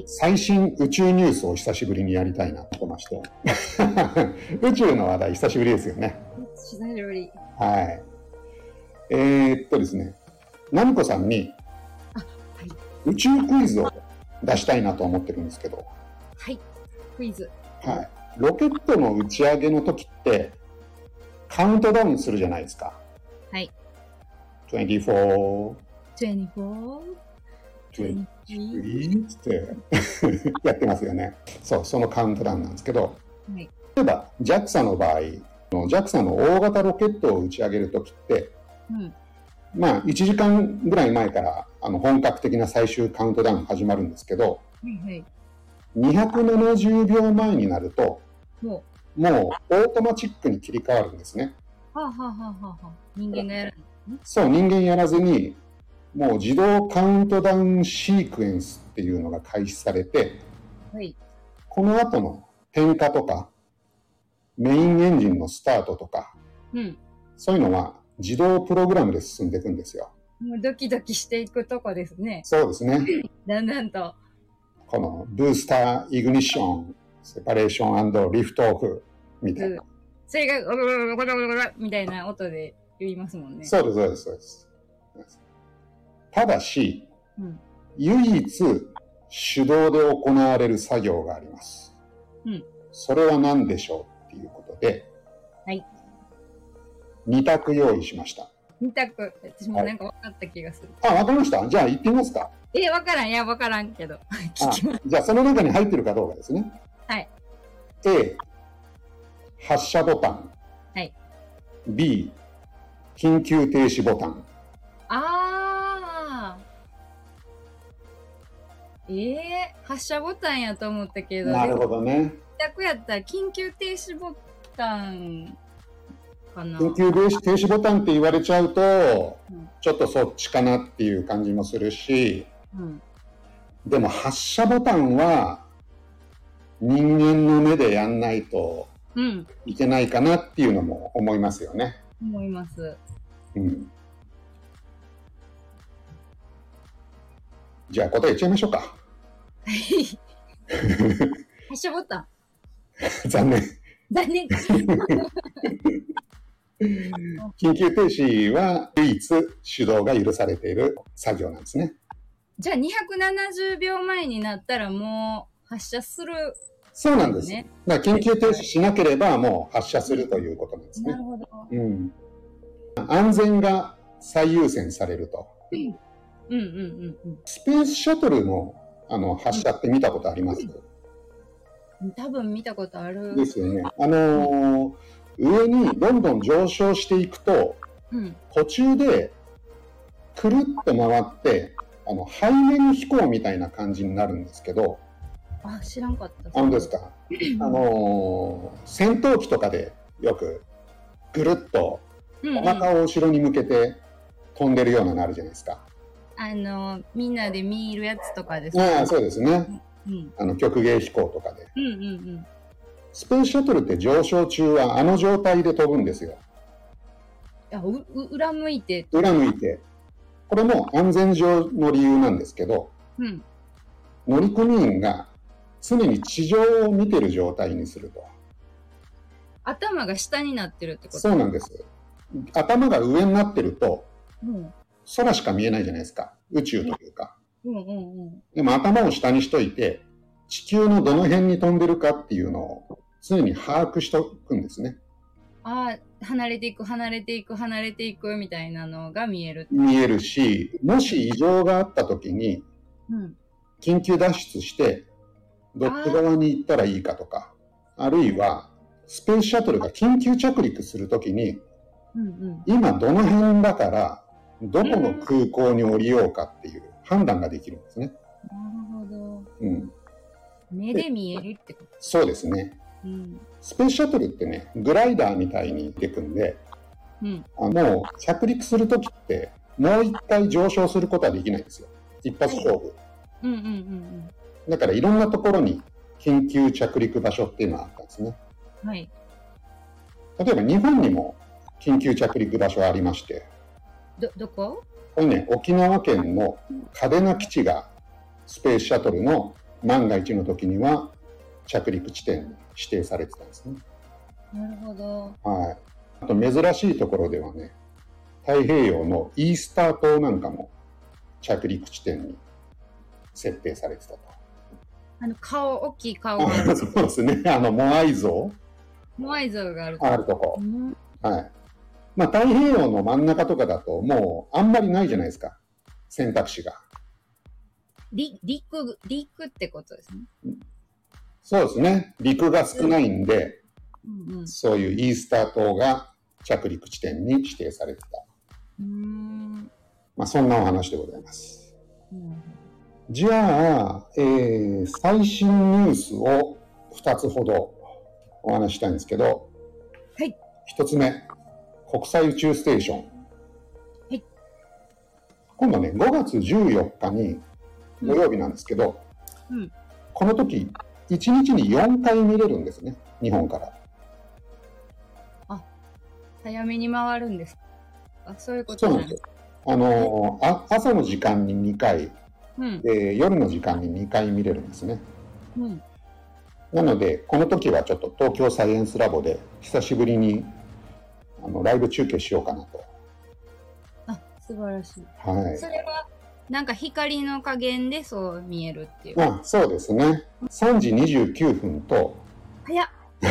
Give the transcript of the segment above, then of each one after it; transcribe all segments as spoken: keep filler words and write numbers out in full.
い。 最新宇宙ニュースを久しぶりにやりたいなと思いまして。宇宙の話題久しぶりですよね。 久しぶり。 はい。えー、っとですね、ナミコさんに宇宙クイズを出したいなと思ってるんですけど。 はい。クイズ。 はい。ロケットの打ち上げの時ってカウントダウンするじゃないですか。 はい。 にじゅうよん、 にじゅうよん、 にじゅうさんってやってますよね。そう、そのカウントダウンなんですけど、 はい、 例えば ジャクサ の場合、ジャクサ の大型ロケットを打ち上げるときって、うん、まあいちじかんぐらい前からあの本格的な最終カウントダウン始まるんですけど、はいはい、にひゃくななじゅうびょうまえになると、もうもうオートマチックに切り替わるんですね。 はあ、はあはあはあ、人間がやるの？そう、人間やらずに、もう自動カウントダウンシークエンスっていうのが開始されて、はい、この後の点火とか、メインエンジンのスタートとか、うん、そういうのは自動プログラムで進んでいくんですよ。 もうドキドキしていくとこですね。 そうですね。 だんだんと。 このブースター、イグニッション、セパレーション&リフトオフみたいな。 それがゴロゴロゴロゴロゴロみたいな音で言いますもんね。 そうです、そうです、そうです。ただし、うん、唯一手動で行われる作業があります。うん、それは何でしょうっていうことで、はい、に択用意しました。 に択、私もなんか分かった気がする。 はい、あ、分かりました。じゃあ行ってみますか。 え、分からん。いや、分からんけど。 聞きます。じゃあその中に入ってるかどうかですね。 はい。 A、発射ボタン。はい。B、緊急停止ボタン。 あー。ええー、発射ボタンやと思ったけど。 なるほどね。 逆やったら緊急停止ボタンかな。 緊急停止ボタンって言われちゃうと、うん、ちょっとそっちかなっていう感じもするし、うん、でも発射ボタンは人間の目でやんないといけないかなっていうのも思いますよね。 思います。 うん。じゃあ答え言っちゃいましょうか。はい。 発射ボタン。 残念。 残念。 緊急停止は唯一手動が許されている作業なんですね。 じゃあにひゃくななじゅうびょうまえになったらもう発射する、ね。 そうなんです。だから緊急停止しなければもう発射するということなんですね。 なるほど。 うん。安全が最優先されると。 うんうんうんうん。 スペースシャトルのあの発射って見たことあります？ うん、多分見たことある。 ですよね。あのー、上にどんどん上昇していくと、うん、途中でくるっと回ってあの背面飛行みたいな感じになるんですけど。 あ、知らんかった。 あのですか。あのー、戦闘機とかでよくぐるっとお腹を後ろに向けて飛んでるようなのあるじゃないですか。 あのー、みんなで見るやつとかですね。ああ、そうですね。うん、あの曲芸飛行とかで、うんうんうん、スペースシャトルって上昇中はあの状態で飛ぶんですよ。 あ、うう裏向いて裏向いて、これも安全上の理由なんですけど、うん、乗組員が常に地上を見てる状態にすると。 頭が下になってるってこと？ そうなんです。頭が上になってると、うん、空しか見えないじゃないですか。宇宙というか。うんうんうん、でも頭を下にしといて、地球のどの辺に飛んでるかっていうのを常に把握しておくんですね。 ああ、離れていく、離れていく、離れていくみたいなのが見える。 見えるし、もし異常があった時に、うん、緊急脱出して、どっち側に行ったらいいかとか、あ, あるいは、スペースシャトルが緊急着陸するときに、うんうん、今どの辺だから、どこの空港に降りようかっていう判断ができるんですね。 なるほど。 うん。 目で見えるってこと？ そうですね。うん、スペースシャトルってね、グライダーみたいに出てくんで、うん、あの着陸するときってもう一回上昇することはできないんですよ。一発勝負。うんうんうんうん。だからいろんなところに緊急着陸場所っていうのがあったんですね。はい。例えば日本にも緊急着陸場所ありまして。 ど、どこ？ これね、沖縄県の嘉手納基地がスペースシャトルの万が一の時には着陸地点に指定されてたんですね。 なるほど。 はい。あと珍しいところではね、太平洋のイースター島なんかも着陸地点に設定されてたと。 あの顔、大きい顔がある。 そうですね。あのモアイ像。 モアイ像があると。 あるとこ。 うん、 はい。まあ太平洋の真ん中とかだともうあんまりないじゃないですか。選択肢が。 陸、陸、陸ってことですね。 そうですね。陸が少ないんで、 うんうん、 そういうイースター島が着陸地点に指定されてた。 うーん、 まあそんなお話でございます。 うん、 じゃあ、えー、最新ニュースをふたつほどお話したいんですけど、 はい。 ひとつめ、国際宇宙ステーション。 はい。 今度ね、ごがつじゅうよっかに土曜日なんですけど、 うん、 この時、いちにちによんかい見れるんですね、日本から。 あ、早めに回るんですか？あ、そういうことなんです。 あのあ、朝の時間ににかい、 うん、 で夜の時間ににかい見れるんですね。 うん、 なので、この時はちょっと東京サイエンスラボで久しぶりにあのライブ中継しようかなと。 あ、素晴らしい。 はい。 それは、なんか光の加減でそう見えるっていう。 あ、そうですね。さんじにじゅうきゅうふんと、 早っ。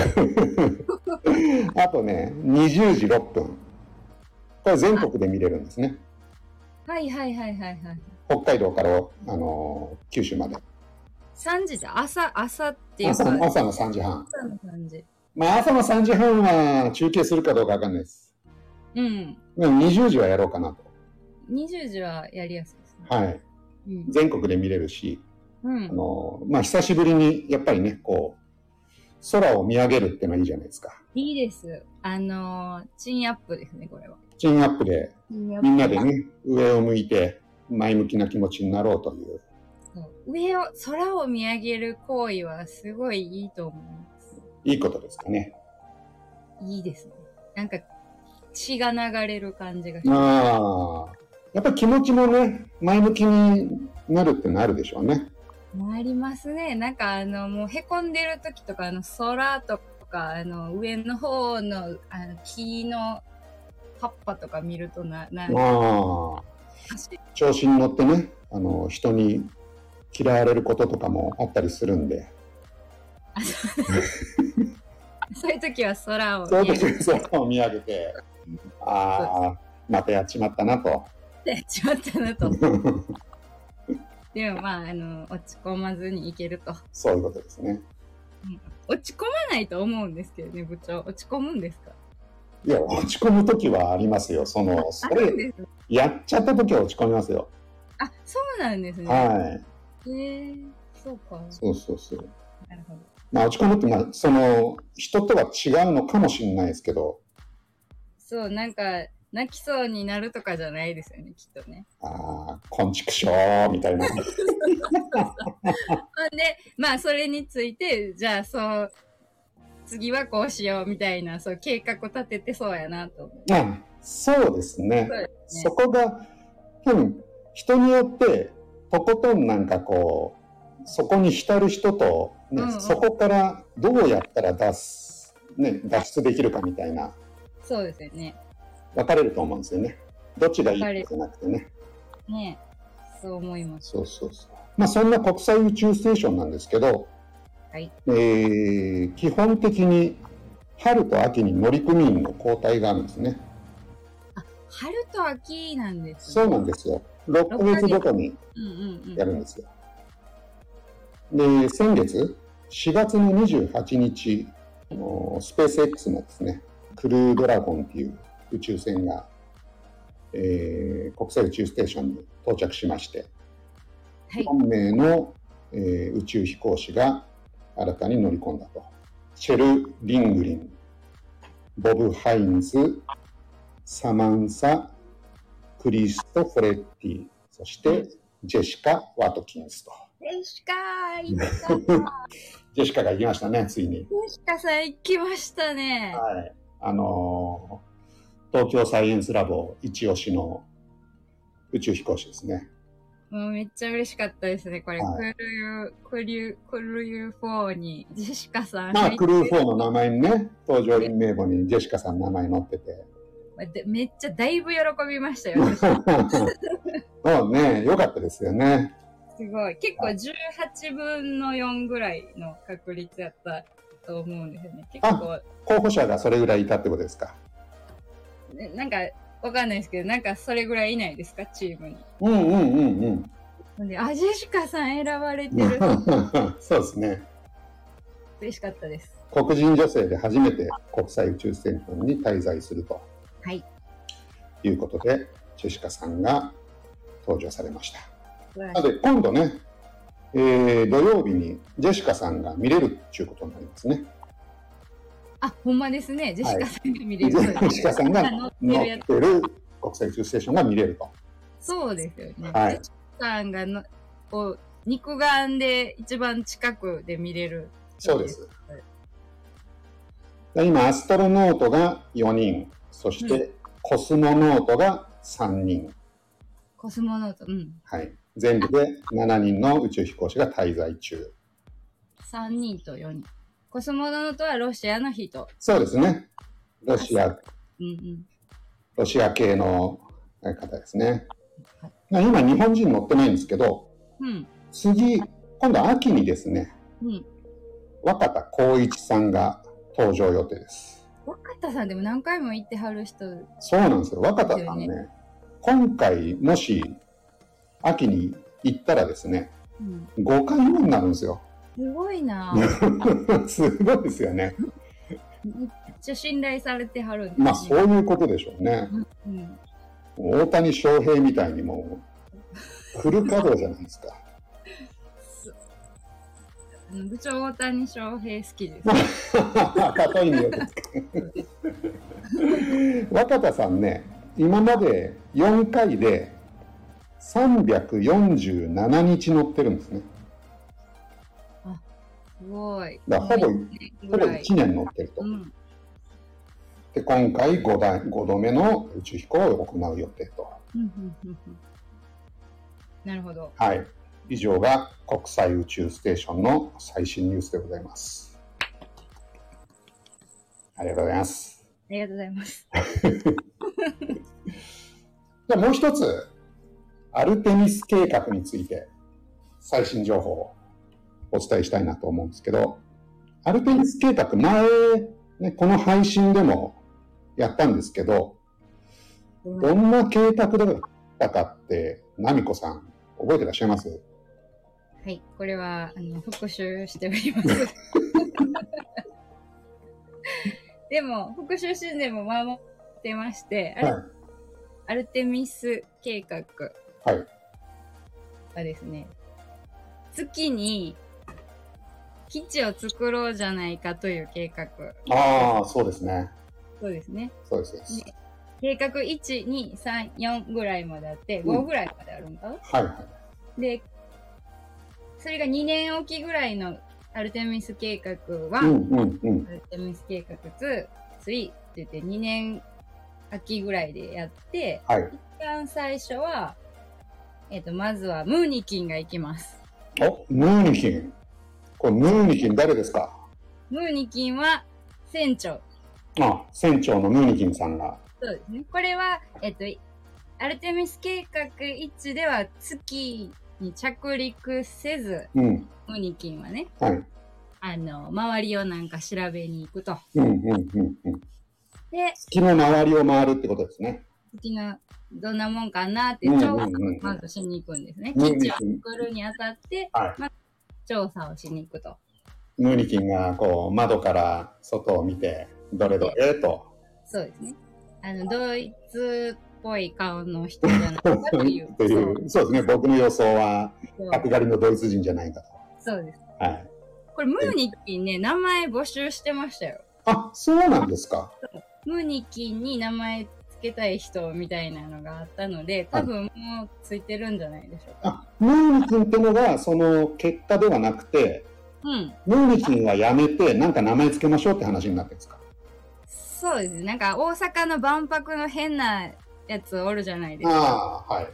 あとね、にじゅうじろっぷん。これ全国で見れるんですね。 はいはいはいはいはい。 北海道から、あの九州まで。 さんじで朝、朝っていう朝か。 朝のさんじはん。 朝のさんじ。 まあ朝のさんじはんは中継するかどうかわかんないです。 うん。 でもにじゅうじはやろうかなと。 にじゅうじはやりやすいですね。 はい。うん、全国で見れるし、うん、あのまあ久しぶりにやっぱりね、こう、空を見上げるってのはいいじゃないですか。 いいです。あのー、チンアップですね、これは。 チンアップで、みんなでね、上を向いて前向きな気持ちになろうという。 上を、空を見上げる行為はすごいいいと思います。 いいことですかね。 いいですね。なんか、血が流れる感じがします。 ああ。やっぱり気持ちもね、前向きになるってのあるでしょうね。 なりますね。なんかあの、もう凹んでる時とか、あの、空とか、あの、上の方の、あの、木の葉っぱとか見るとな、な、 ああ。調子に乗ってね、あの、人に嫌われることとかもあったりするんで。 そういう時は空をそういう時は空を見上げて、ああ、またやっちまったなと。 やっちまったなと。でもまあ、あの、落ち込まずにいけると。 そういうことですね。 うん、落ち込まないと思うんですけどね、部長。落ち込むんですか？ いや、落ち込む時はありますよ。その、それ、やっちゃった時は落ち込みますよ。 あ、そうなんですね。 はい。 へえー、そうか。 そうそうそう。 なるほど。 まあ、落ち込むって、まあ、その、人とは違うのかもしれないですけど。 そう、なんか、泣きそうになるとかじゃないですよね、きっとね。 ああ、こんちくしょーみたいな。で、 まあ、それについて、じゃあ、そう、次はこうしようみたいな、そう、計画を立ててそうやなと思う。 あ、そうですね。 そうですね。 そこが、多分、人によって、とことんなんかこう、そこに浸る人と、ね、うんうん、そこからどうやったら脱す、ね、脱出できるかみたいな。 そうですよね。 分かれると思うんですよね。どっちがいいかじゃなくてね。 ねえ、そう思います。 そうそうそう。まあそんな国際宇宙ステーションなんですけど、はい、えー、基本的に春と秋に乗組員の交代があるんですね。 あ、春と秋なんですね。 そうなんですよ。ろっかげつごとにやるんですよ。で、先月、しがつのにじゅうはちにち、スペース X のですね、クルードラゴンっていう宇宙船が、えー、国際宇宙ステーションに到着しまして、はい、よんめいの、えー、宇宙飛行士が新たに乗り込んだと。シェル・リングリン、ボブ・ハインズ、サマンサ・クリスト・フォレッティ、そしてジェシカ・ワトキンスと。 ジェシカー行ったジェシカが行きましたね、ついに。 ジェシカさん行きましたね。 はい。あのー、東京サイエンスラボ一押しの宇宙飛行士ですね。 もうめっちゃ嬉しかったですね、これ。はい、クルユ、クリュ、クルユフォーにジェシカさん。 まあ、クルユフォーの名前にね、搭乗員名簿にジェシカさんの名前載ってて。 めっちゃだいぶ喜びましたよ。 そうね、よかったですよね。 すごい。結構じゅうはちぶんのよんぐらいの確率やったと思うんですよね。結構。 候補者がそれぐらいいたってことですか。 なんか、わかんないですけど、なんかそれぐらいいないですか、チームに。 うんうんうんうん。で、あ、ジェシカさん選ばれてる。 そうですね。 嬉しかったです。 黒人女性で初めて国際宇宙ステーションに滞在すると。 はい。 いうことで、ジェシカさんが登場されました。なので、今度ね、えー、土曜日にジェシカさんが見れるっていうことになりますね。 あ、ほんまですね。ジェシカさんが見れる。はい、 ジェシカさんが乗ってる国際宇宙ステーションが見れると。 そうですよね。 はい、 ジェシカさんがのこう肉眼で一番近くで見れる。 そうです。今、アストロノートがよにん、そして、うん、コスモノートがさんにん。 コスモノート、うん。 はい。全部でしちにんの宇宙飛行士が滞在中。 さんにんとよにん。コスモノートはロシアの人。 そうですね。ロシア、 うんうん、 ロシア系の方ですね。はい、今、日本人乗ってないんですけど、 うん、 次、今度秋にですね、 うん、 若田光一さんが登場予定です。 若田さんでも何回も行ってはる人、ね、 そうなんですよ。若田さんね、今回もし秋に行ったらですね、うん、ごかいめになるんですよ。 すごいなすごいですよね。 めっちゃ信頼されてはるんですね。まあそういうことでしょうね。 うんうん、大谷翔平みたいにもうフル稼働じゃないですか。 部長大谷翔平好きです。 例えによる若田さんね、今までよんかいでさんびゃくよんじゅうななにち乗ってるんですね。 あ、すごい。 だほぼ、ほぼいちねん乗ってると。うん、で、今回 5, 台ごどめの宇宙飛行を行う予定と。 なるほど。 はい。以上が国際宇宙ステーションの最新ニュースでございます。ありがとうございます。 ありがとうございます。 じゃあもう一つ、アルテミス計画について最新情報をお伝えしたいなと思うんですけど、アルテミス計画前、ね、この配信でもやったんですけど、どんな計画だったかって、ナミコさん覚えてらっしゃいます？ はい、これはあの復習しております。でも復習しでも守ってまして、はい、アルテミス計画はですね、月に基地を作ろうじゃないかという計画。 ああ、そうですね。 そうですね。 そうですです。 計画いち、に、さん、よんぐらいまであって、ごぐらいまであるんか、うん、 はいはい。 で、それがにねんおきぐらいのアルテミス計画いち、 うんうんうん、 アルテミス計画に、さんって言ってにねん秋ぐらいでやって、 はい、 一番最初は、えっと、まずはムーニキンが行きます。 お、ムーニキン。これムーニキン誰ですか？ ムーニキンは船長。 あ、船長のムーニキンさんが。 そうですね。これは、えっと、アルテミス計画いちでは月に着陸せず、 うん、 ムーニキンはね、 はい、 あの、周りをなんか調べに行くと。 うんうんうんうん。 で、 月の周りを回るってことですね。 月のどんなもんかなって調査をまずしに行くんですね。基地を作るにあたって、はい、まず調査をしに行くと。 ムーニキンがこう窓から外を見て、どれどれと。 そうですね。あの、ドイツっぽい顔の人じゃないかという。 というそうですね。僕の予想は、角刈りのドイツ人じゃないかと。 そうです。 はい。 これ、ムーニキンね、名前募集してましたよ。 あ、そうなんですか。 ムーニキンに名前つけたい人みたいなのがあったので、多分もうついてるんじゃないでしょうか。 あ、ムーニキンってのが、その結果ではなくて、 うん。 ムーニキンはやめて、なんか名前つけましょうって話になってるんですか？ そうですね。なんか大阪の万博の変なやつおるじゃないですか。 ああ、はい。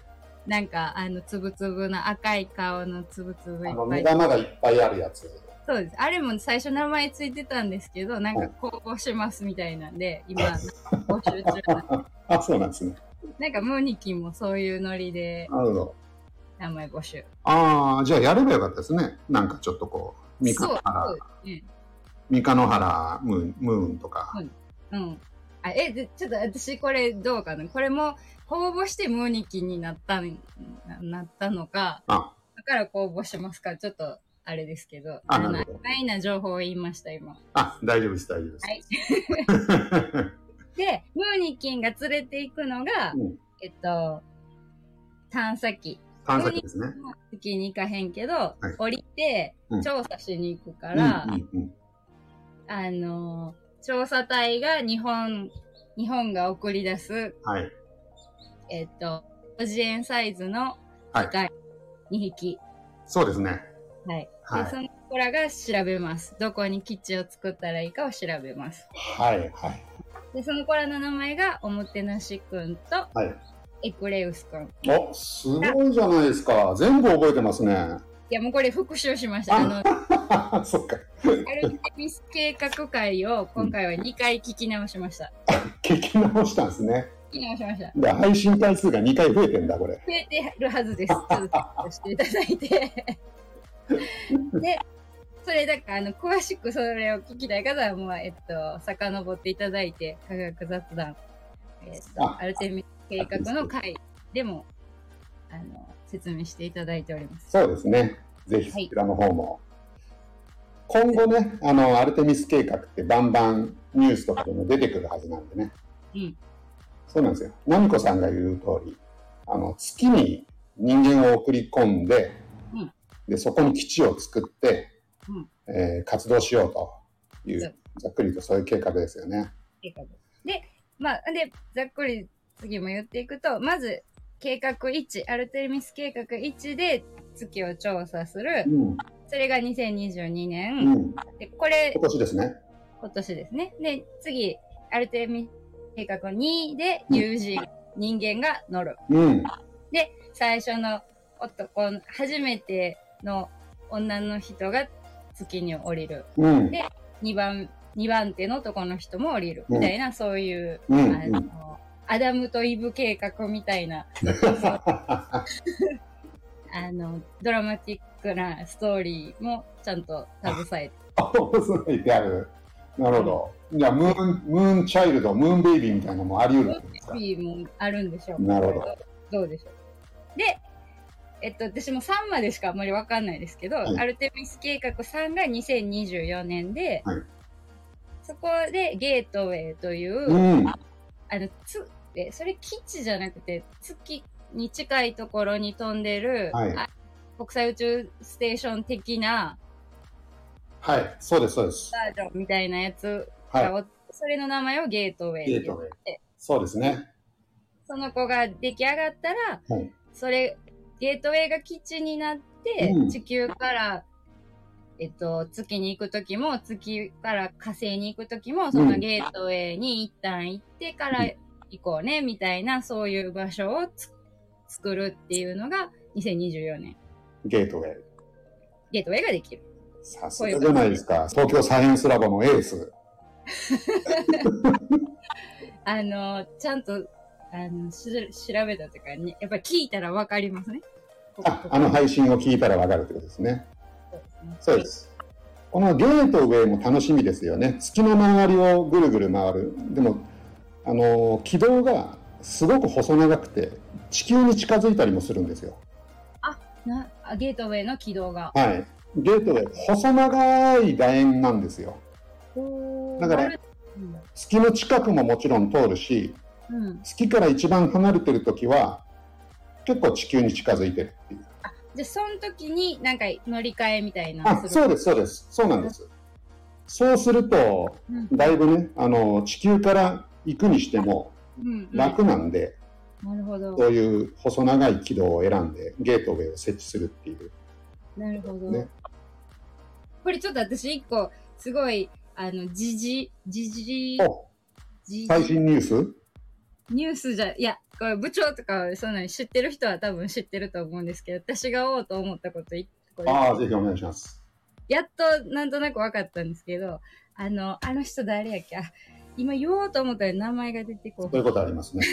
なんか、あの、つぶつぶの赤い顔のつぶつぶいっぱい。 あの、目玉がいっぱいあるやつ。 そうです。あれも最初名前ついてたんですけど、なんか公募しますみたいなんで、今、募集中なんで。 あ、そうなんですね。 なんか、ムーニキンもそういうノリで、 なるほど。 名前募集。 ああ、じゃあやればよかったですね。なんかちょっとこう、三日野原、そうですね、三日野原ムーン、ムーンとか。 うん。うん。あ、え、で、ちょっと私これどうかな。これも公募してムーニキンになったん、ななったのか、あだから公募しますか。ちょっと、あれですけど。あ、なるほど。曖昧な情報を言いました、今。 あ、大丈夫です、大丈夫です。はい。 で、ムーニキンが連れて行くのが、うん、えっと、探査機。 探査機ですね。 月に行かへんけど、はい、降りて、調査しに行くから、あの、調査隊が日本、日本が送り出す、はい、えっと、ごじえんサイズの機械にひき。 そうですね。 はい。はい、で、その子らが調べます。どこに基地を作ったらいいかを調べます。 はい、はい。 で、その子らの名前が、おもてなしくんと、はい、エクレウスくん。 お、すごいじゃないですか。全部覚えてますね。 いや、もうこれ復習しました。あの、そっか。アルテミス計画会を今回はにかい聞き直しました。 聞き直したんですね。 聞き直しました。 で、配信回数がにかい増えてんだ、これ。 増えてるはずです。ちょっとチェックしていただいて。で、それだから、あの、詳しくそれを聞きたい方は、もう、えっと、遡っていただいて、科学雑談、えっと、アルテミス計画の回でも、あの、説明していただいております。 そうですね。ぜひ、そちらの方も。はい、今後ね、あの、アルテミス計画ってバンバンニュースとかでも出てくるはずなんでね。うん。そうなんですよ。ナミコさんが言う通り、あの、月に人間を送り込んで、うん、で、そこに基地を作って、うん、えー、活動しようという、ざっくりとそういう計画ですよね。 計画。で、まあ、で、ざっくり次も言っていくと、まず、計画いち、アルテミス計画いちで月を調査する。うん、それがにせんにじゅうにねん。うん、で、これ、 今年ですね。 今年ですね。で、次、アルテミス計画にで友人、うん、人間が乗る。うん、で、最初の男、初めての女の人が月に降りる。うん、で、にばん、にばん手の男の人も降りる。みたいな、うん、そういう、うん、あの、うんアダムとイブ計画みたいな、あの、ドラマティックなストーリーもちゃんと携えて。 携えてある。なるほど。じゃあ、ムーン、ムーンチャイルド、ムーンベイビーみたいなのもあり得るんですか？ ムーンベイビーもあるんでしょう。 なるほど。 どうでしょう。で、えっと、私もさんまでしかあんまりわかんないですけど、はい、アルテミス計画さんがにせんにじゅうよねんで、はい、そこでゲートウェイという、うん、あの、つ、で、それ基地じゃなくて、月に近いところに飛んでる、はい、国際宇宙ステーション的な、 はい、そうです、そうです。 バージョンみたいなやつが、はい、それの名前をゲートウェイって言って。ゲートウェイ。 そうですね。 その子が出来上がったら、はい、それ、ゲートウェイが基地になって、うん、地球から、えっと、月に行くときも、月から火星に行くときも、そのゲートウェイに一旦行ってから、うん行こうね、みたいな、そういう場所を作るっていうのがにせんにじゅうよねん。 ゲートウェイ。 ゲートウェイができる。 さすがじゃないですか。東京サイエンスラボのエース。 あの、ちゃんと、あの、し調べたというか、ね、やっぱり聞いたらわかりますね。 あ、あの配信を聞いたらわかるってことですね。そうですね。そうです。このゲートウェイも楽しみですよね。月の周りをぐるぐる回る。でも、あの軌道がすごく細長くて地球に近づいたりもするんですよ。 あ、なゲートウェイの軌道が。 はい。ゲートウェイ細長い楕円なんですよ。だから月の近くももちろん通るし、うん、月から一番離れてる時は結構地球に近づいてるっていう。 あ、じゃあその時になんか乗り換えみたいな。 あ、そうですそうです。そうなんです。そうするとだいぶね、あの地球から行くにしても楽なんで、 うんうん、なるほど。 そういう細長い軌道を選んでゲートウェイを設置するっていう。 なるほど。ね、これちょっと私一個すごいあの時事時事最新ニュース？ ニュースじゃ、いや、これ部長とか、そんなに知ってる人は多分知ってると思うんですけど、私がおうと思ったこと言って、 ああ、ぜひお願いします。 やっとなんとなく分かったんですけど、あの、あの人誰やっけ、あ、今言おうと思ったら名前が出てこう。 そういうことありますね。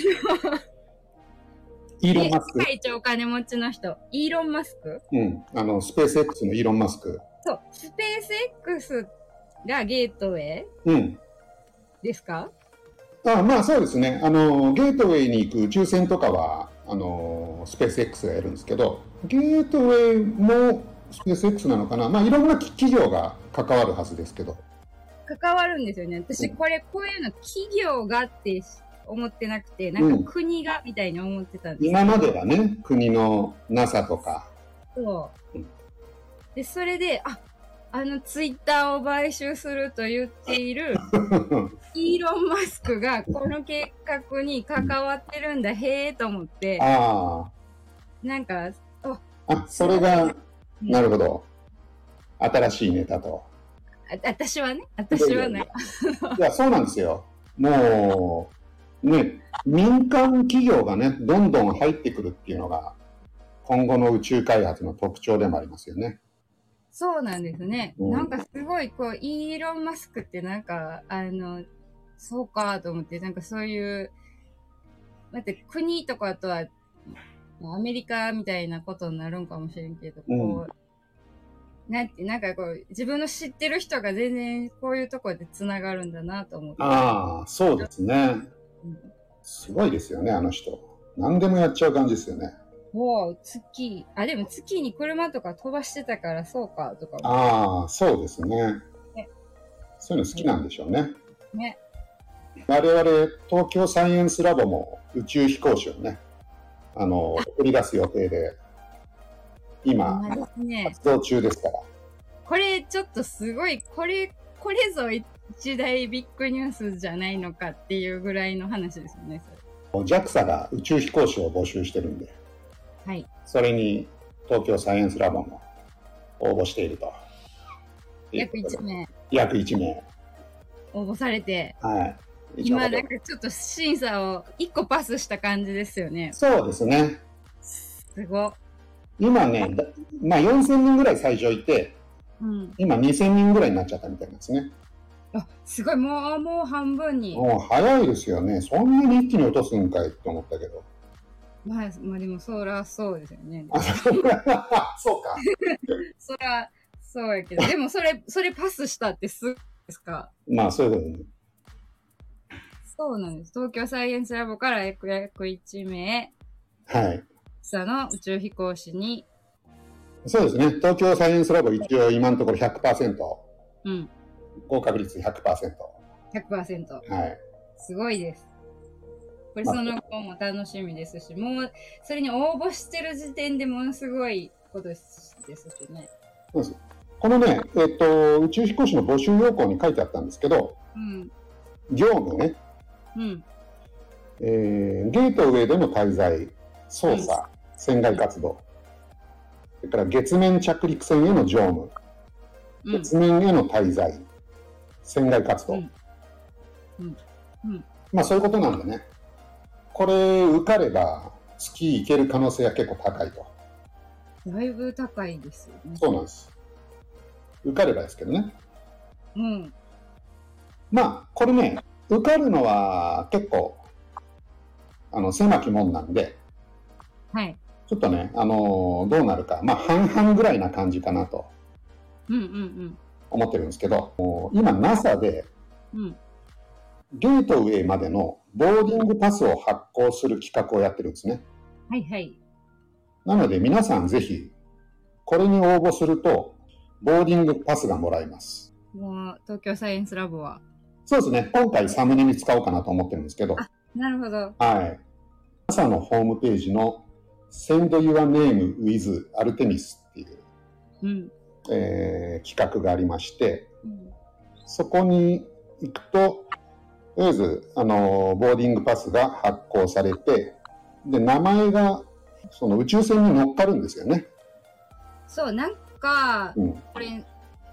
イーロン・マスク。 世界一お金持ちの人。イーロン・マスクうん。あの、スペース X のイーロン・マスク。 そう。スペース X がゲートウェイうん。 ですか？ ああ、まあそうですね。あの、ゲートウェイに行く宇宙船とかは、あの、スペース X がやるんですけど、ゲートウェイもスペース X なのかな。まあいろんな企業が関わるはずですけど。 関わるんですよね。私、これ、こういうの企業がって思ってなくて、なんか国がみたいに思ってたんです、 うん、今まではね、国の ナサ とか。 そう。で、それで、あ、あのツイッターを買収すると言っているイーロン・マスクがこの計画に関わってるんだ、へえと思って。 ああ。 なんか、 あ、あ、それが、なるほど。新しいネタと。 あ、私はね、私はね。 いや、そうなんですよ。もう、ね、民間企業がね、どんどん入ってくるっていうのが、今後の宇宙開発の特徴でもありますよね。 そうなんですね。うん、なんかすごい、こう、イーロン・マスクってなんか、あの、そうかと思って、なんかそういう、待って、国とかとは、アメリカみたいなことになるんかもしれんけど、 うん、 こう、なんて、なんかこう、自分の知ってる人が全然こういうところで繋がるんだなと思って。 ああ、そうですね。うん、すごいですよね、あの人。何でもやっちゃう感じですよね。 もう月、あ、でも月に車とか飛ばしてたからそうかとか。 ああ、そうですね。ね、そういうの好きなんでしょうね。 ね。 我々、東京サイエンスラボも宇宙飛行士をね、あの、送り出す予定で、今、ね、活動中ですから。 これちょっとすごい、これ、これぞ一大ビッグニュースじゃないのかっていうぐらいの話ですよね、 それ。ジャクサ が宇宙飛行士を募集してるんで。 はい、 それに東京サイエンスラボも応募していると。 約いちめい。 約いちめい。 応募されて。 はい。 今なんかちょっと審査をいっこパスした感じですよね。 そうですね。 すごい。 今ね、まあよんせんにんぐらい最初いて、うん、今にせんにんぐらいになっちゃったみたいなんですね。 あ、すごい。もう、もう半分に。 もう早いですよね。そんなに一気に落とすんかいって思ったけど。 まあ、まあでもそらそうですよね。 そうか。 そらそうやけど、でもそれ、それパスしたってすですか？ まあそういうことね。 そうなんです。東京サイエンスラボから約約いちめい。はい。 草の宇宙飛行士に。 そうですね。東京サイエンスラボ一応今のところ ひゃくパーセント。 うん。 合格率 ひゃくパーセント。 ひゃくパーセント。 はい。 すごいです。これその後も楽しみですし、もうそれに応募してる時点でものすごいことですしね。 そうです。このね、えっと、宇宙飛行士の募集要項に書いてあったんですけど、うん、業務ね、うんえー、ゲートウェイでの滞在、操作、うん、船外活動、それから月面着陸船への乗務、うん、月面への滞在、船外活動、うんうんうん、まあそういうことなんだね。これ受かれば月行ける可能性は結構高いと。 だいぶ高いですよね。 そうなんです。受かればですけどね。うん。まあこれね、受かるのは結構あの狭き門なんで、はい。ちょっとね、あのー、どうなるか、まあ半々ぐらいな感じかなと思ってるんですけど、うんうんうん、今 ナサ で、うんゲートウェイまでのボーディングパスを発行する企画をやってるんですね。 はいはい。 なので皆さんぜひ、これに応募すると、ボーディングパスがもらえます。 もう、東京サイエンスラボは。 そうですね。今回サムネに使おうかなと思ってるんですけど。 あ、なるほど。 はい。ナサ のホームページの Send Your Name with Artemis っていう、うんえー、企画がありまして、うん、そこに行くと、とりあえず、あの、ボーディングパスが発行されて、で、名前が、その宇宙船に乗っかるんですよね。 そう、なんか、うん、これ、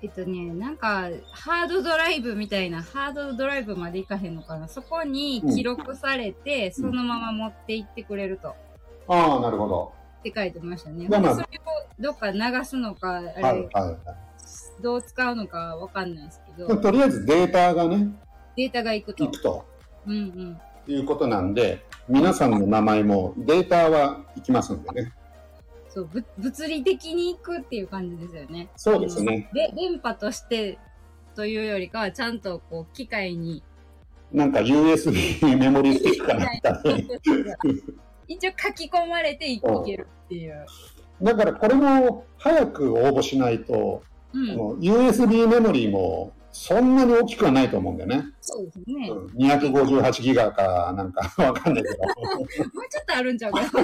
えっとね、なんか、ハードドライブみたいな、ハードドライブまでいかへんのかな。そこに記録されて、うん、そのまま持って行ってくれると。 ああ、なるほど。 って書いてましたね。まあ、それをどっか流すのか、あれ、はいはいはい、どう使うのかわかんないですけど。 とりあえずデータがね、 データがいくと。 いくと。 うんうん。 いうことなんで、皆さんの名前もデータはいきますんでね。 そう、ぶ物理的に行くっていう感じですよね。 そうですね。 で、電波としてというよりかは、ちゃんとこう、機械に。 なんか ユーエスビー メモリースティックかなんかね。 一応書き込まれていけるっていう。 だからこれも早く応募しないと、うん、ユーエスビー メモリーもそんなに大きくはないと思うんだよね。 そうですね。 うん、にひゃくごじゅうはちギガかなんかわかんないけど。もうちょっとあるんちゃうかな。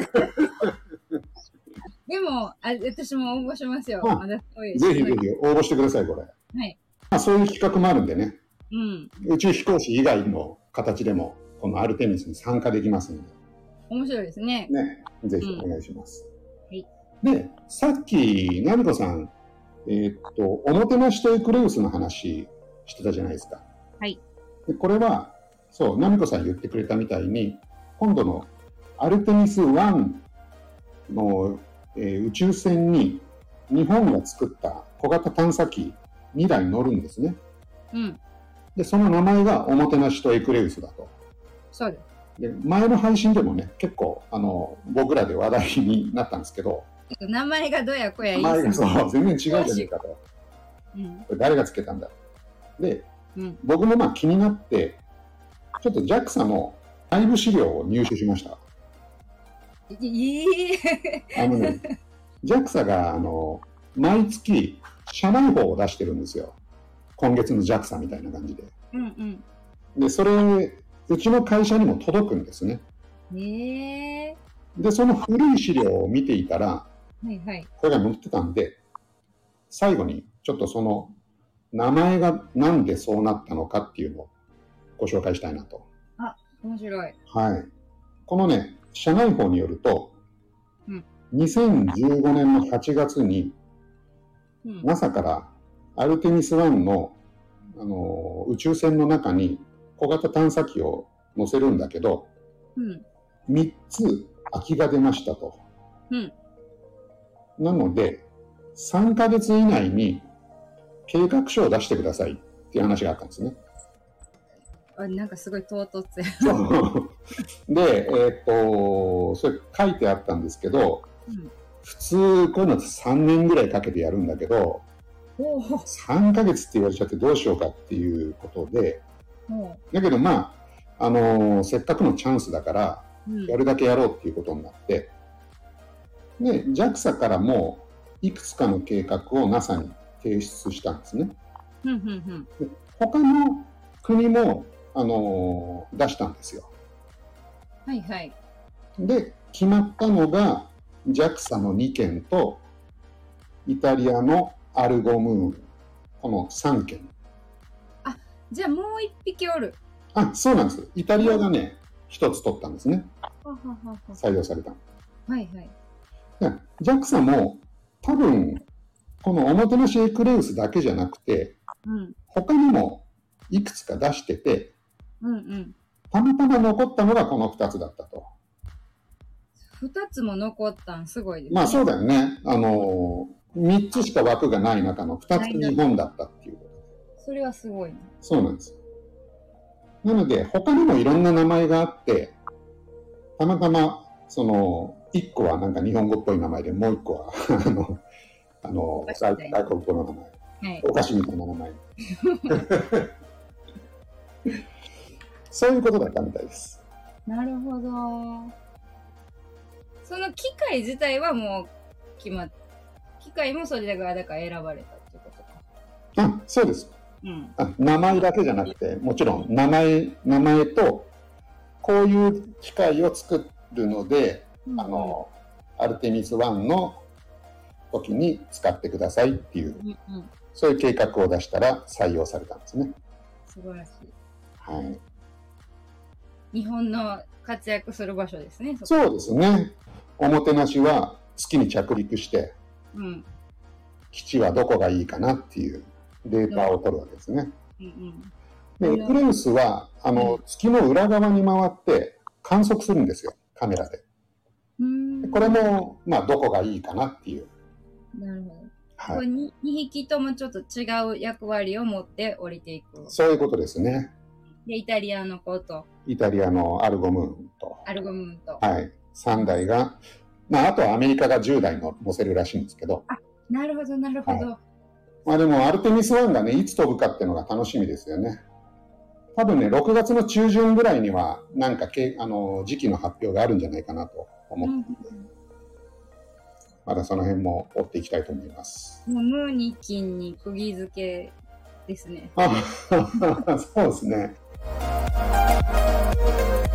でもあ、私も応募しますよ。まだそういう。 ぜひぜひ応募してください、これ。 はい。 まあ、そういう企画もあるんでね。 うん。 宇宙飛行士以外の形でも、このアルテミスに参加できますので。 面白いですね。 ね。ぜひお願いします。 うん、はい。 で、さっき、ナミコさん、えー、っと、おもてなしとエクレウスの話してたじゃないですか。 はい。 で、これは、そう、ナミコさん言ってくれたみたいに、今度のアルテミスワンの、えー、宇宙船に日本が作った小型探査機にだい乗るんですね。 うん。 で、その名前がおもてなしとエクレウスだと。 そうです。 で、前の配信でもね、結構、あの、僕らで話題になったんですけど、 名前がどやこやいい名前がそう、全然違うじゃねえかと。うん、これ誰がつけたんだ。で、うん、僕もまあ気になって、ちょっと ジャクサ の内部資料を入手しました。 えー、 あのね、ジャクサ が、あの、毎月、社内報を出してるんですよ。今月の ジャクサ みたいな感じで。 うんうん。 で、それ、うちの会社にも届くんですね。 へえー。で、その古い資料を見ていたら、 はいはい、 これが載ってたんで、最後にちょっとその名前がなんでそうなったのかっていうのをご紹介したいなと。 あ、面白い。 はい。このね、社内報によると、 うん、 にせんじゅうごねんのはちがつに、うん、ナサ からアルテミスワンの、あの宇宙船の中に小型探査機を載せるんだけど、 うん、 みっつ空きが出ましたと。 うん、 なので、さんかげつ以内に計画書を出してくださいっていう話があったんですね。 あ、なんかすごい唐突そうで、えっと、それ書いてあったんですけど、うん、普通こういうのってさんねんぐらいかけてやるんだけど、さんかげつって言われちゃってどうしようかっていうことで、だけどまあ、あのー、せっかくのチャンスだから、やるだけやろうっていうことになって、で、ジャクサ からもいくつかの計画を ナサ に提出したんですね。 うんうんうん、 で他の国も、あのー、出したんですよ。 はいはい。 で、決まったのが ジャクサ のにけんとイタリアのアルゴムーン、このさんけん。 あ、じゃあもういっぴきおる。 あ、そうなんです。イタリアがね、ひとつ取ったんですね。採用された。 はいはい。 ジャクサ も多分このおもてなしエクレウスだけじゃなくて、 うん、 他にもいくつか出してて、 うんうん、 たまたま残ったのがこのふたつだったと。 ふたつも残ったんすごいですね。 まあそうだよね。あのみっつしか枠がない中のふたつ日本だったっていうことで。 それはすごいね。そうなんです。 なので他にもいろんな名前があって、たまたまそのいっこはなんか日本語っぽい名前で、もういっこはあのあの外国語の名前、はい、お菓子みたいな名前そういうことだったみたいです。 なるほど。その機械自体はもう決まっ機械もそれがだから選ばれたってことか。 あ、そうです、 うん、 あ、名前だけじゃなくて、もちろん名前名前とこういう機械を作るので、うん、あのアルテミスワンの時に使ってくださいっていう、うんうん、そういう計画を出したら採用されたんですね。 素晴らしい。 はい。 日本の活躍する場所ですね。 そそうですね。おもてなしは月に着陸して、 うん、 基地はどこがいいかなっていうデータを取るわけですね。うんうん、でエクレウスはあの、うん、月の裏側に回って観測するんですよ、カメラで。でこれも、まあ、どこがいいかなっていう。 なるほど。はい、これ に, にひきともちょっと違う役割を持って降りていく。 そういうことですね。 で、イタリアの子と。 イタリアのアルゴムーンと。 アルゴムーンと。 はい。さんだいが、まあ、あとはアメリカがじゅうだいの乗せるらしいんですけど。 あ、なるほど、なるほど。はい、 まあでも、アルテミスワンがね、いつ飛ぶかっていうのが楽しみですよね。多分ね、ろくがつの中旬ぐらいには、なんかけ、あの、時期の発表があるんじゃないかなと思って、うん、まだその辺も追っていきたいと思います。 もうムーニ金に釘付けですね。 あそうですね。